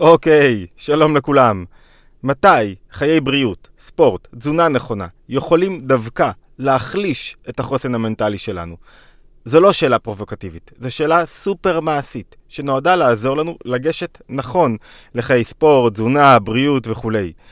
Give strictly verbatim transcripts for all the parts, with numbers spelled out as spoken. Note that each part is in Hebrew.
אוקיי, שלום לכולם. מתי חיי בריאות, ספורט, תזונה נכונה יכולים דווקא להחליש את החוסן המנטלי שלנו? זו לא שאלה פרובוקטיבית, זו שאלה סופר מעשית, שנועדה לעזור לנו לגשת נכון לחיי ספורט, תזונה, בריאות וכו'.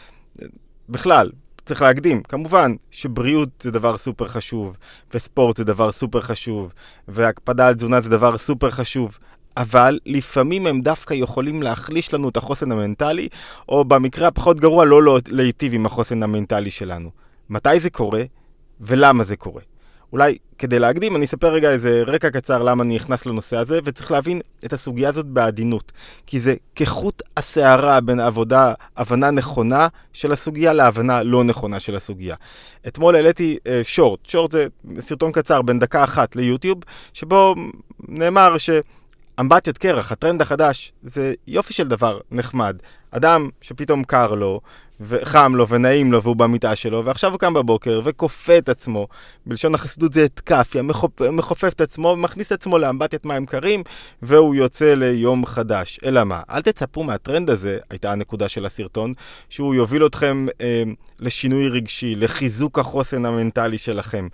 בכלל, צריך להקדים, כמובן שבריאות זה דבר סופר חשוב, וספורט זה דבר סופר חשוב, והקפדה על תזונה זה דבר סופר חשוב, אבל לפעמים הם דווקא יכולים להחליש לנו את החוסן המנטלי, או במקרה הפחות גרוע לא להיטיב עם החוסן המנטלי שלנו. מתי זה קורה, ולמה זה קורה? אולי כדי להקדים אני אספר רגע איזה רקע קצר למה אני נכנס לנושא הזה, וצריך להבין את הסוגיה הזאת בעדינות, כי זה כחוט השערה בין עבודה, הבנה נכונה של הסוגיה להבנה לא נכונה של הסוגיה. אתמול העליתי אה, שורט, שורט זה סרטון קצר בין דקה אחת ליוטיוב, שבו נאמר ש... אמבטיות קרח, הטרנד החדש, זה יופי של דבר נחמד. אדם שפתאום קר לו, וחם לו ונעים לו והוא במיטה שלו, ועכשיו הוא קם בבוקר וכופה את עצמו, בלשון החסידות זה התקפיה, מחופף את עצמו ומכניס את עצמו לאמבטיית מים קרים, והוא יוצא ליום חדש. אלא מה? אל תצפו מהטרנד הזה, הייתה הנקודה של הסרטון, שהוא יוביל אתכם אה, לשינוי רגשי, לחיזוק החוסן המנטלי שלכם.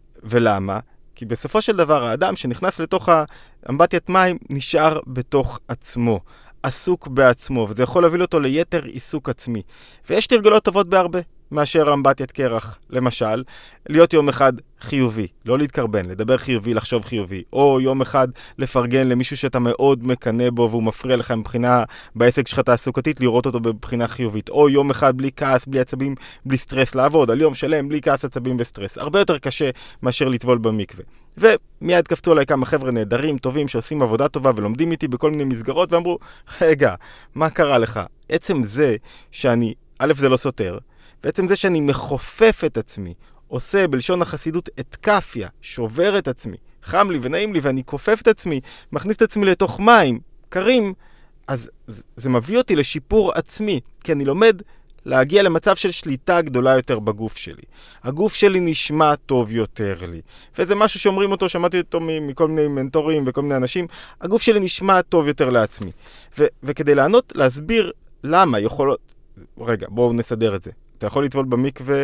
ולמה? כי בסופו של דבר האדם שנכנס לתוך האמבטיית מים נשאר בתוך עצמו, עסוק בעצמו, וזה יכול להוביל אותו ליתר עיסוק עצמי. ויש תרגולות טובות בהרבה מאשר אמבטיית קרח. למשל, להיות יום אחד חיובי, לא להתקרבן, לדבר חיובי, לחשוב חיובי, או יום אחד לפרגן למישהו שאתה מאוד מקנה בו והוא מפריע לך מבחינה בעסק שלך תעסוקתית, לראות אותו בבחינה חיובית, או יום אחד בלי כעס, בלי עצבים, בלי סטרס, לעבוד על יום שלם בלי כעס, עצבים וסטרס. הרבה יותר קשה מאשר לטבול במקווה. ומיד קפצו עליי כמה חבר'ה נהדרים, טובים, שעושים עבודה טובה ולומדים איתי בכל מיני מסגרות, ואמרו, רגע, מה קרה לך? עצם זה שאני, א' זה לא סותר, בעצם זה שאני מחופף את עצמי, עושה בלשון החסידות התקפיה, שובר את עצמי, חם לי ונעים לי ואני כופף את עצמי, מכניס את עצמי לתוך מים קרים, אז זה מביא אותי לשיפור עצמי, כי אני לומד להגיע למצב של שליטה גדולה יותר בגוף שלי. הגוף שלי נשמע טוב יותר לי. וזה משהו שאומרים אותו, שמעתי אותו מכל מיני מנטורים וכל מיני אנשים, הגוף שלי נשמע טוב יותר לעצמי. ו- וכדי לענות, להסביר למה יכולות... רגע, בואו נסדר את זה. אתה יכול לטבול במקווה,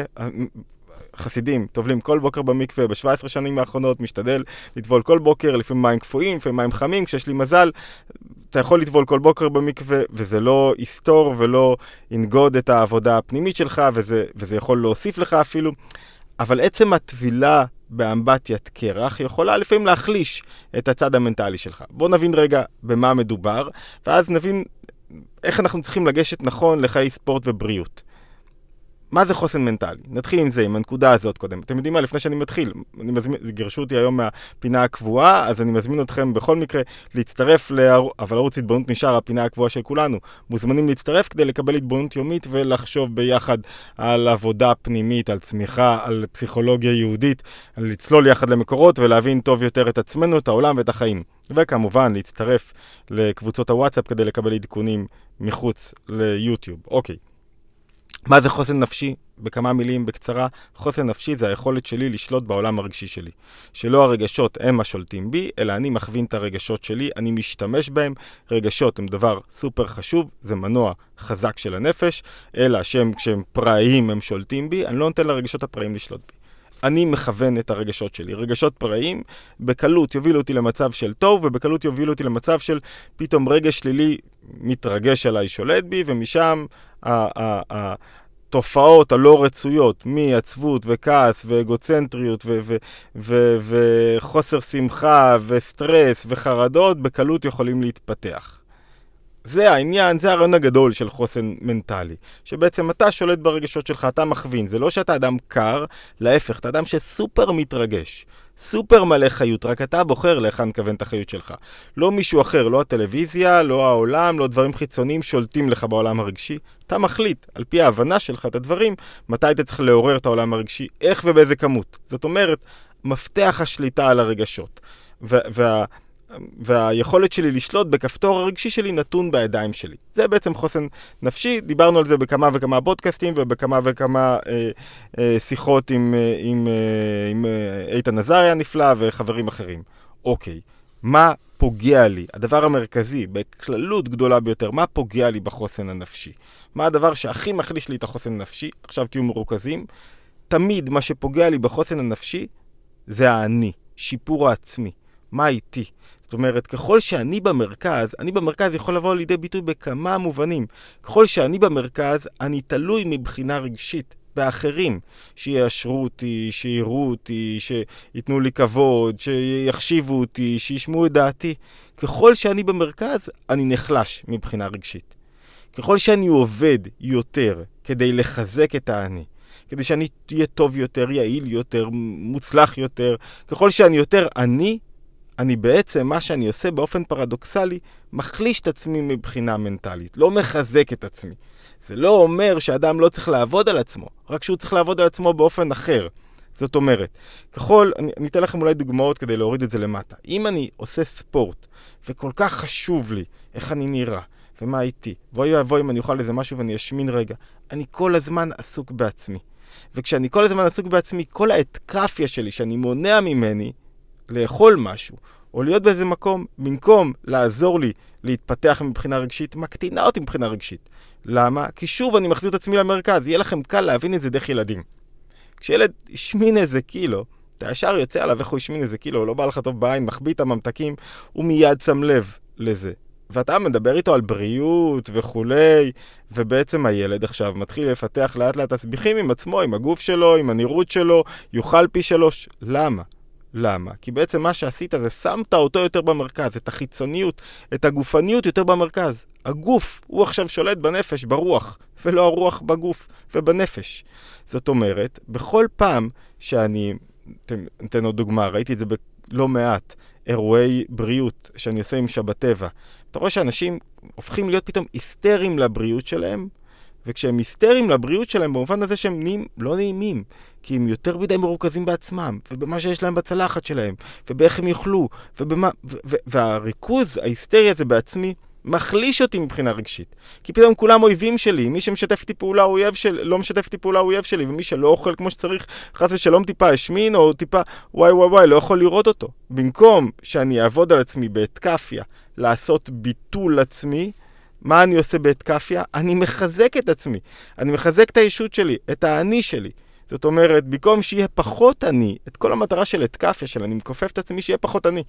חסידים, טובלים כל בוקר במקווה, ב-שבע עשרה שנים האחרונות, משתדל לטבול כל בוקר, לפעמים מים קפואים, לפעמים מים חמים, כשיש לי מזל, אתה יכול לטבול כל בוקר במקווה, וזה לא יסתור ולא ינגוד את העבודה הפנימית שלך, וזה, וזה יכול להוסיף לך אפילו, אבל עצם הטבילה באמבטיית קרח יכולה לפעמים להחליש את הצד המנטלי שלך. בוא נבין רגע במה מדובר, ואז נבין איך אנחנו צריכים לגשת נכון לחיי ספורט ובריאות. מה זה חוסן מנטלי? נתחיל עם זה, עם הנקודה הזאת קודם. אתם יודעים מה? לפני שאני מתחיל, אני מזמין, גירשו אותי היום מהפינה הקבועה, אז אני מזמין אתכם בכל מקרה להצטרף, לער... אבל ערוץ התבוננות נשאר, הפינה הקבועה של כולנו. מוזמנים להצטרף כדי לקבל התבוננות יומית ולחשוב ביחד על עבודה פנימית, על צמיחה, על פסיכולוגיה יהודית, על לצלול יחד למקורות ולהבין טוב יותר את עצמנו, את העולם ואת החיים. וכמובן להצטרף לקבוצות הוואטסאפ כדי לקבל עדכונים מחוץ ליוטיוב. אוקיי. מה זה חוסן נפשי? בכמה מילים בקצרה, חוסן נפשי זה היכולת שלי לשלוט בעולם הרגשי שלי. שלא הרגשות הם השולטים בי, אלא אני מכווין את הרגשות שלי, אני משתמש בהם. רגשות הם דבר סופר חשוב, זה מנוע חזק של הנפש, אלא שהם כשהם פראיים הם שולטים בי, אני לא נותן לרגשות הפראיים לשלוט בי. אני מכוון את הרגשות שלי. רגשות פראיים בקלות יובילו אותי למצב של טוב, ובקלות יובילו אותי למצב של פתאום רגש שלילי מתרגש עליי, שולט בי, ומשם התופעות הלא רצויות, מעצבות וכעס ואגוצנטריות וחוסר שמחה וסטרס וחרדות, בקלות יכולים להתפתח. זה העניין, זה הרעיון הגדול של חוסן מנטלי. שבעצם אתה שולט ברגשות שלך, אתה מכווין. זה לא שאתה אדם קר, להפך, אתה אדם שסופר מתרגש. סופר מלא חיות, רק אתה בוחר לאיך נכוון את החיות שלך. לא מישהו אחר, לא הטלוויזיה, לא העולם, לא דברים חיצוניים שולטים לך בעולם הרגשי. אתה מחליט, על פי ההבנה שלך את הדברים, מתי אתה צריך לעורר את העולם הרגשי, איך ובאיזה כמות. זאת אומרת, מפתח השליטה על הרגשות. וה... והיכולת שלי לשלוט בכפתור הרגשי שלי נתון בידיים שלי. זה בעצם חוסן נפשי, דיברנו על זה בכמה וכמה פודקאסטים ובכמה וכמה אה, אה, שיחות עם, אה, עם, אה, עם אה, איתן עזריה נפלא וחברים אחרים. אוקיי, מה פוגע לי? הדבר המרכזי, בכללות גדולה ביותר, מה פוגע לי בחוסן הנפשי? מה הדבר שהכי מחליש לי את החוסן הנפשי? עכשיו תהיו מרוכזים. תמיד מה שפוגע לי בחוסן הנפשי זה האני, שיפור העצמי. מה איתי? זאת אומרת, ככל שאני במרכז, אני במרכז יכול לבוא לידי ביטוי בכמה מובנים. ככל שאני במרכז, אני תלוי מבחינה רגשית באחרים, שיאשרו אותי, שיראו אותי, שיתנו לי כבוד, שיחשיבו אותי, שישמעו את דעתי. ככל שאני במרכז, אני נחלש מבחינה רגשית. ככל שאני עובד יותר כדי לחזק את האני, כדי שאני אהיה טוב יותר, יעיל יותר, מוצלח יותר, ככל שאני יותר אני, אני בעצם, מה שאני עושה באופן פרדוקסלי, מחליש את עצמי מבחינה מנטלית, לא מחזק את עצמי. זה לא אומר שאדם לא צריך לעבוד על עצמו, רק שהוא צריך לעבוד על עצמו באופן אחר. זאת אומרת, ככל, אני, אני אתן לכם אולי דוגמאות כדי להוריד את זה למטה. אם אני עושה ספורט, וכל כך חשוב לי איך אני נראה, ומה איתי, ואוי ואבוי אם אני אוכל איזה משהו ואני אשמין רגע, אני כל הזמן עסוק בעצמי. וכשאני כל הזמן עסוק בעצמי, כל האתקפיה שלי שאני מונע ממני לאכול משהו, או להיות באיזה מקום, במקום לעזור לי להתפתח מבחינה רגשית, מקטינה אותי מבחינה רגשית. למה? כי שוב אני מחזיר את עצמי למרכז. יהיה לכם קל להבין את זה דרך ילדים. כשילד ישמין איזה קילו, אתה ישר יוצא עליו איך הוא ישמין איזה קילו, הוא לא בא לך טוב בעין, מחביא את הממתקים, הוא מיד שם לב לזה. ואתה מדבר איתו על בריאות וכולי, ובעצם הילד עכשיו מתחיל לפתח לאט לאט תסביכים עם עצמו, עם הגוף שלו, עם הנראות שלו, יוכל פי שלוש. למה? למה? כי בעצם מה שעשית זה שמת אותו יותר במרכז, את החיצוניות, את הגופניות יותר במרכז. הגוף הוא עכשיו שולט בנפש, ברוח, ולא הרוח בגוף ובנפש. זאת אומרת, בכל פעם שאני, אתן עוד דוגמה, ראיתי את זה בלא מעט, אירועי בריאות שאני עושה עם שבת טבע. אתה רואה שאנשים הופכים להיות פתאום היסטריים לבריאות שלהם, וכשהם היסטריים לבריאות שלהם, במובן הזה שהם נהיים לא נעימים, כי הם יותר מדי מרוכזים בעצמם, ובמה שיש להם בצלחת שלהם, ובאיך הם יאכלו, ובמה, ו- ו- והריכוז, ההיסטריה הזה בעצמי, מחליש אותי מבחינה רגשית. כי פתאום כולם אויבים שלי, מי שמשתף איתי פעולה אויב של, לא משתף איתי פעולה אויב שלי, ומי שלא אוכל כמו שצריך, חס ושלום טיפה השמין, או טיפה וואי וואי וואי, לא יכול לראות אותו. במקום שאני אעבוד על עצמי בהתקפיה, לעשות ביטול עצמי, מה אני עושה בהתקפיה? אני מחזק את עצמי. אני מחזק את הישות שלי, את האני שלי. זאת אומרת, במקום שיהיה פחות אני, את כל המטרה של התקפיה שלה, אני מכופף את עצמי שיהיה פחות אני.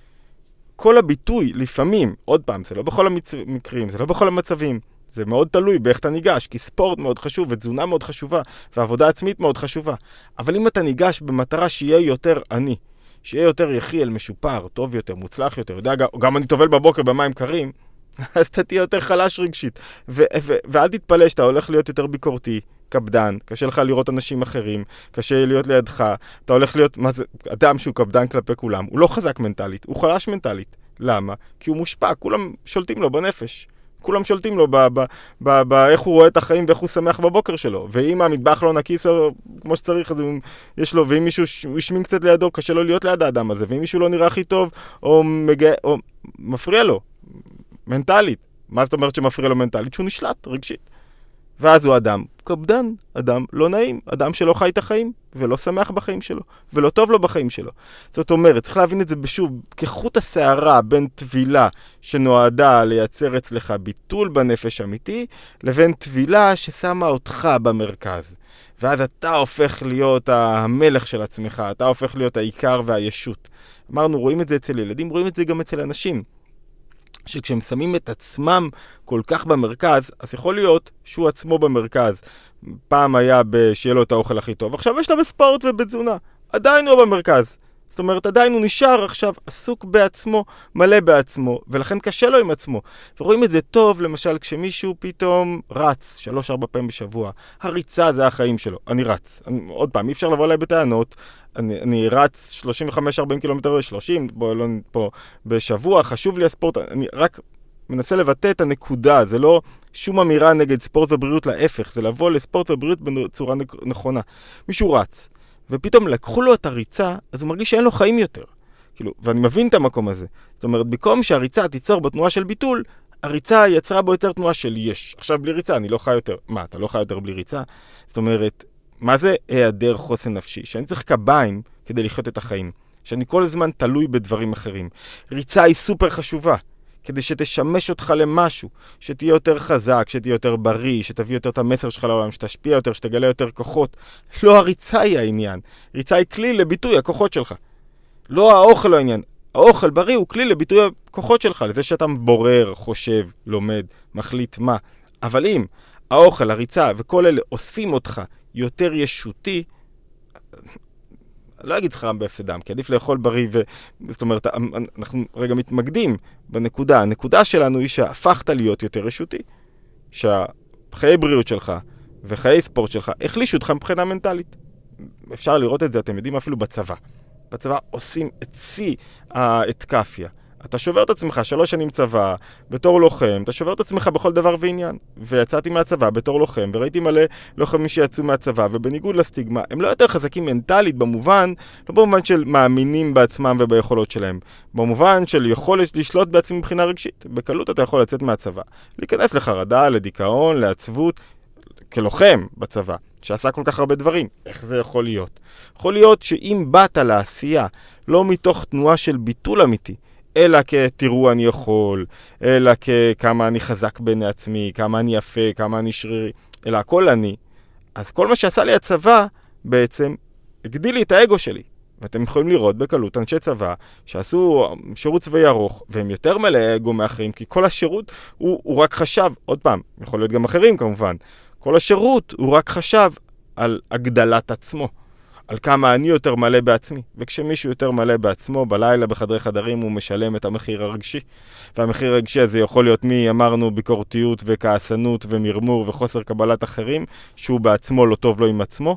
כל הביטוי, לפעמים, עוד פעם, זה לא בכל המקרים, זה לא בכל המצבים. זה מאוד תלוי באיך אתה ניגש, כי ספורט מאוד חשוב, ותזונה מאוד חשובה, ועבודה עצמית מאוד חשובה. אבל אם אתה ניגש במטרה שיהיה יותר אני, שיהיה יותר יחיאל, משופר, טוב יותר, מוצלח יותר, יודע, גם אני טובל בבוקר במים קרים, אז אתה תהיה יותר חלש רגשית. ו- ו- ואל תתפלא שאתה הולך להיות יותר ביקורתי, קפדן, קשה לך לראות אנשים אחרים, קשה להיות לידך, אתה הולך להיות, מה זה, אדם שהוא קפדן כלפי כולם, הוא לא חזק מנטלית, הוא חלש מנטלית. למה? כי הוא מושפע, כולם שולטים לו בנפש. כולם שולטים לו באיך הוא רואה את החיים ואיך הוא שמח בבוקר שלו. ואם המטבח לא נקי כמו שצריך, אז הוא, יש לו, ואם מישהו ישמין קצת לידו, קשה לו להיות ליד האדם הזה. ואם מישהו לא נראה הכי טוב, או, מגע, או מפריע לו, מנטלית. מה זאת אומרת שמפריע לו מנטלית? שהוא נשלט רגשית. ואז הוא אדם קפדן, אדם לא נעים, אדם שלא חי את החיים, ולא שמח בחיים שלו, ולא טוב לו בחיים שלו. זאת אומרת, צריך להבין את זה בשוב, כחוט השערה בין תבילה שנועדה לייצר אצלך ביטול בנפש אמיתי, לבין תבילה ששמה אותך במרכז. ואז אתה הופך להיות המלך של עצמך, אתה הופך להיות העיקר והישות. אמרנו, רואים את זה אצל ילדים, רואים את זה גם אצל אנשים. שכשהם שמים את עצמם כל כך במרכז, אז יכול להיות שהוא עצמו במרכז. פעם היה שיהיה לו את האוכל הכי טוב, עכשיו יש לו בספורט ובתזונה. עדיין הוא במרכז. זאת אומרת, עדיין הוא נשאר עכשיו עסוק בעצמו, מלא בעצמו, ולכן קשה לו עם עצמו. ורואים את זה טוב, למשל, כשמישהו פתאום רץ שלוש ארבע פעמים בשבוע. הריצה זה החיים שלו. אני רץ. אני, עוד פעם, אי אפשר לבוא אליי בטענות. אני, אני רץ שלושים וחמש ארבעים קילומטר ו-שלושים בוא, לא, פה, בשבוע, חשוב לי הספורט. אני רק מנסה לבטא את הנקודה. זה לא שום אמירה נגד ספורט ובריאות, להפך. זה לבוא לספורט ובריאות בצורה נכונה. מישהו רץ. ופתאום לקחו לו את הריצה, אז הוא מרגיש שאין לו חיים יותר. כאילו, ואני מבין את המקום הזה. זאת אומרת, במקום שהריצה תיצור בתנועה של ביטול, הריצה יצרה בו יותר תנועה של יש. עכשיו בלי ריצה, אני לא חי יותר. מה, אתה לא חי יותר בלי ריצה? זאת אומרת, מה זה היעדר חוסן נפשי? שאני צריך קביים כדי לחיות את החיים. שאני כל הזמן תלוי בדברים אחרים. ריצה היא סופר חשובה, כדי שתשמש אותך למשהו, שתהיה יותר חזק, שתהיה יותר בריא, שתביא יותר את המסר שלך לעולם, שתשפיע יותר, שתגלה יותר כוחות. לא הריצה היא העניין. ריצה היא כלי לביטוי הכוחות שלך. לא האוכל הוא העניין. האוכל בריא הוא כלי לביטוי הכוחות שלך, לזה שאתה בורר, חושב, לומד, מחליט מה. אבל אם האוכל, הריצה וכל אלה עושים אותך יותר ישותי, לא אגיד שכרם בהפסדם, כי עדיף לאכול בריא, ו... זאת אומרת, אנחנו רגע מתמקדים בנקודה. הנקודה שלנו היא שהפכת להיות יותר ישותי. שהחיי בריאות שלך וחיי ספורט שלך החלישו אותך מבחינה מנטלית. אפשר לראות את זה, אתם יודעים, אפילו בצבא. בצבא עושים את שיא האתקפיה. אתה שובר את עצמך שלוש שנים צבא, בתור לוחם, אתה שובר את עצמך בכל דבר ועניין. ויצאתי מהצבא בתור לוחם, וראיתי מלא לוחמים שיצאו מהצבא, ובניגוד לסטיגמה, הם לא יותר חזקים מנטלית במובן, לא במובן של מאמינים בעצמם וביכולות שלהם, במובן של יכולת לשלוט בעצמם מבחינה רגשית. בקלות אתה יכול לצאת מהצבא, להיכנס לחרדה, לדיכאון, לעצבות, כלוחם בצבא, שעשה כל כך הרבה דברים. איך זה יכול להיות? יכול להיות שאם באת לעשייה, לא מתוך תנועה של ביטול אמיתי, אלא כתראו אני יכול, אלא כמה אני חזק בעיני עצמי, כמה אני יפה, כמה אני שרירי, אלא הכל אני. אז כל מה שעשה לי הצבא בעצם הגדיל לי את האגו שלי. ואתם יכולים לראות בקלות אנשי צבא שעשו שירות צבאי ארוך, והם יותר מלא אגו מאחרים, כי כל השירות הוא, הוא רק חשב, עוד פעם, יכול להיות גם אחרים כמובן, כל השירות הוא רק חשב על הגדלת עצמו. על כמה אני יותר מלא בעצמי. וכשמישהו יותר מלא בעצמו, בלילה בחדרי חדרים הוא משלם את המחיר הרגשי. והמחיר הרגשי הזה יכול להיות מי אמרנו ביקורתיות וכעסנות ומרמור וחוסר קבלת אחרים, שהוא בעצמו לא טוב לו עם עצמו,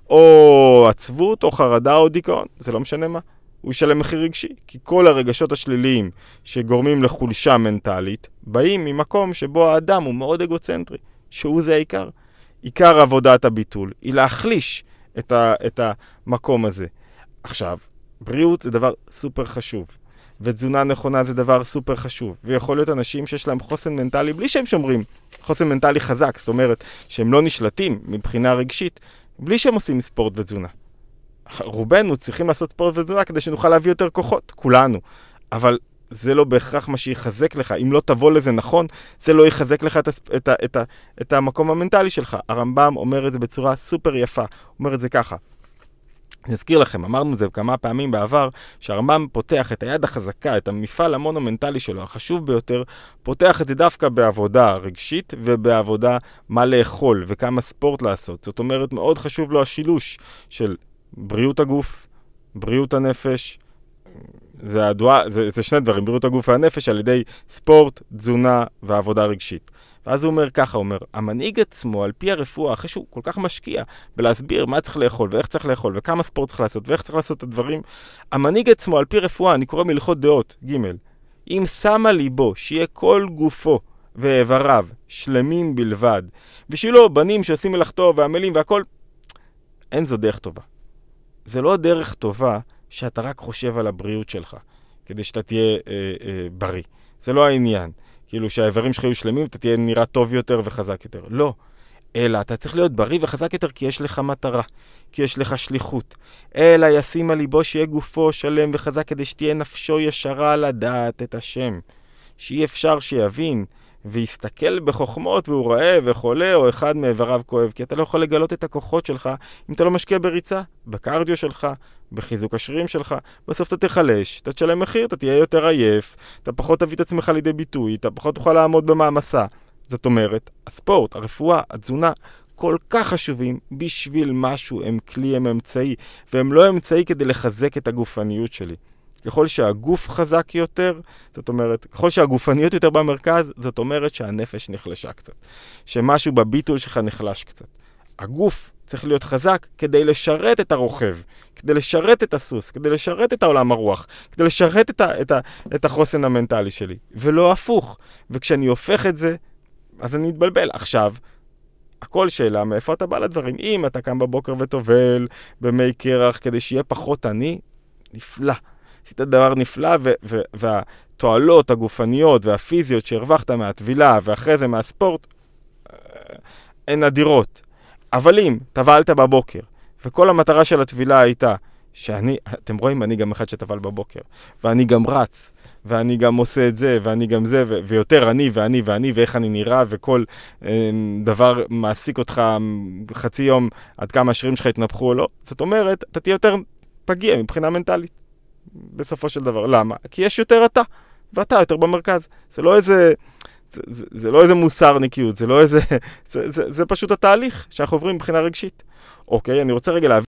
או עצבות או חרדה או דיכאון, זה לא משנה מה. הוא ישלם מחיר רגשי, כי כל הרגשות השליליים שגורמים לחולשה מנטלית, באים ממקום שבו האדם הוא מאוד אגוצנטרי, שהוא זה העיקר. עיקר עבודת הביטול היא להחליש את, ה, את המקום הזה. עכשיו, בריאות זה דבר סופר חשוב, ותזונה נכונה זה דבר סופר חשוב, ויכול להיות אנשים שיש להם חוסן מנטלי בלי שהם שומרים, חוסן מנטלי חזק, זאת אומרת שהם לא נשלטים מבחינה רגשית, בלי שהם עושים ספורט ותזונה. רובנו צריכים לעשות ספורט ותזונה כדי שנוכל להביא יותר כוחות, כולנו, אבל זה לא בהכרח מה שיחזק לך. אם לא תבוא לזה נכון, זה לא יחזק לך את, את, את, את המקום המנטלי שלך. הרמב"ם אומר את זה בצורה סופר יפה. הוא אומר את זה ככה. אני אזכיר לכם, אמרנו את זה כמה פעמים בעבר, שהרמב"ם פותח את היד החזקה, את המפעל המונומנטלי שלו, החשוב ביותר, פותח את זה דווקא בעבודה רגשית ובעבודה מה לאכול וכמה ספורט לעשות. זאת אומרת, מאוד חשוב לו השילוש של בריאות הגוף, בריאות הנפש, זה, הדוע, זה, זה שני דברים, בריאות הגוף והנפש על ידי ספורט, תזונה ועבודה רגשית. ואז הוא אומר ככה, הוא אומר, המנהיג עצמו על פי הרפואה, אחרי שהוא כל כך משקיע בלהסביר מה צריך לאכול ואיך צריך לאכול וכמה ספורט צריך לעשות ואיך צריך לעשות את הדברים, המנהיג עצמו על פי רפואה, אני קורא מלכות דעות, ג' אם שמה ליבו שיהיה כל גופו ואיבריו שלמים בלבד, ושיהיו לו בנים שעושים מלאכתו ועמלים והכל, אין זו דרך טובה. זה לא דרך טובה שאתה רק חושב על הבריאות שלך, כדי שאתה תהיה אה, אה, בריא. זה לא העניין. כאילו שהאיברים שלך יהיו שלמים, אתה תהיה נראה טוב יותר וחזק יותר. לא. אלא אתה צריך להיות בריא וחזק יותר, כי יש לך מטרה, כי יש לך שליחות. אלא ישים על ליבו שיהיה גופו שלם וחזק, כדי שתהיה נפשו ישרה לדעת את השם. שאי אפשר שיבין ויסתכל בחוכמות והוא רעב וחולה או אחד מאיבריו כואב, כי אתה לא יכול לגלות את הכוחות שלך אם אתה לא משקיע בריצה, בקרדיו שלך, בחיזוק השרירים שלך. בסוף אתה תחלש, אתה תשלם מחיר, אתה תהיה יותר עייף, אתה פחות תביא את עצמך לידי ביטוי, אתה פחות תוכל לעמוד במעמסה. זאת אומרת, הספורט, הרפואה, התזונה, כל כך חשובים בשביל משהו, הם כלי, הם אמצעי, והם לא אמצעי כדי לחזק את הגופניות שלי. ככל שהגוף חזק יותר, זאת אומרת, ככל שהגופניות יותר במרכז, זאת אומרת שהנפש נחלשה קצת. שמשהו בביטול שלך נחלש קצת. הגוף צריך להיות חזק כדי לשרת את הרוכב, כדי לשרת את הסוס, כדי לשרת את העולם הרוח, כדי לשרת את, ה, את, ה, את החוסן המנטלי שלי, ולא הפוך. וכשאני הופך את זה, אז אני אתבלבל. עכשיו, הכל שאלה מאיפה אתה בא לדברים. אם אתה קם בבוקר וטובל במי קרח כדי שיהיה פחות עני, נפלא. עשית דבר נפלא, ו- ו- והתועלות הגופניות והפיזיות שהרווחת מהטבילה ואחרי זה מהספורט, הן אדירות. אבל אם טבלת בבוקר, וכל המטרה של הטבילה הייתה שאני, אתם רואים, אני גם אחד שטבל בבוקר, ואני גם רץ, ואני גם עושה את זה, ואני גם זה, ו- ויותר אני, ואני, ואני, ואיך אני נראה, וכל אה, דבר מעסיק אותך חצי יום, עד כמה השרירים שלך התנפחו או לא. זאת אומרת, אתה תהיה יותר פגיע מבחינה מנטלית, בסופו של דבר. למה? כי יש יותר אתה, ואתה יותר במרכז. זה לא איזה... זה, זה, זה לא איזה מוסר נקיות, זה לא איזה... זה, זה, זה פשוט התהליך שאנחנו עוברים מבחינה רגשית. אוקיי, אני רוצה רגע להבין.